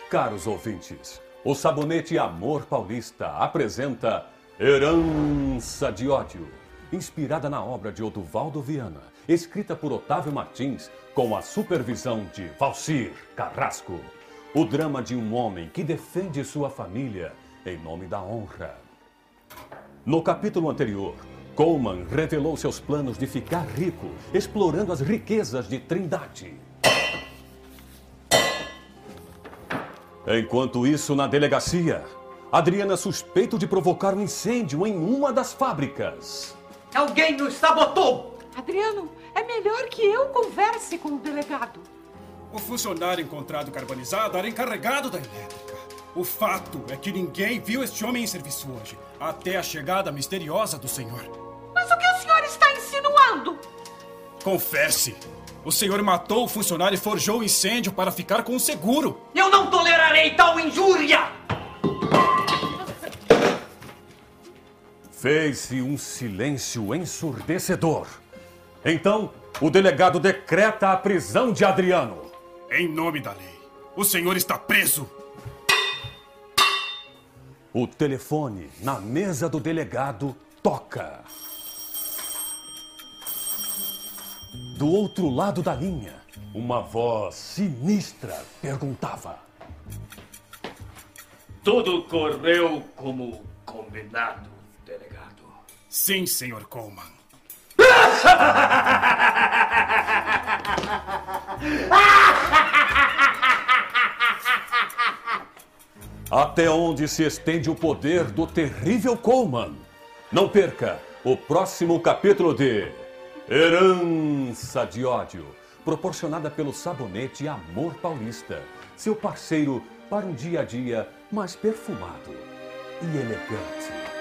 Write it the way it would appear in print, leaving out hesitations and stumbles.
Caros ouvintes, o Sabonete Amor Paulista apresenta Herança de Ódio, inspirada na obra de Oduvaldo Viana, escrita por Otávio Martins, com a supervisão de Valcir Carrasco. O drama de um homem que defende sua família em nome da honra. No capítulo anterior, Coleman revelou seus planos de ficar rico, explorando as riquezas de Trindade. Enquanto isso, na delegacia, Adriana é suspeita de provocar um incêndio em uma das fábricas. Alguém nos sabotou! Adriano, é melhor que eu converse com o delegado. O funcionário encontrado carbonizado era encarregado da elétrica. O fato é que ninguém viu este homem em serviço hoje, até a chegada misteriosa do senhor. Mas o que o senhor está insinuando? Confesse! O senhor matou o funcionário e forjou o incêndio para ficar com o seguro. Eu não tolerarei tal injúria! Fez-se um silêncio ensurdecedor. Então, o delegado decreta a prisão de Adriano. Em nome da lei, o senhor está preso. O telefone na mesa do delegado toca. Do outro lado da linha, uma voz sinistra perguntava: Tudo correu como combinado, delegado. Sim, senhor Coleman. Até onde se estende o poder do terrível Coleman? Não perca o próximo capítulo de Herança de Ódio, proporcionada pelo Sabonete Amor Paulista, seu parceiro para um dia a dia mais perfumado e elegante.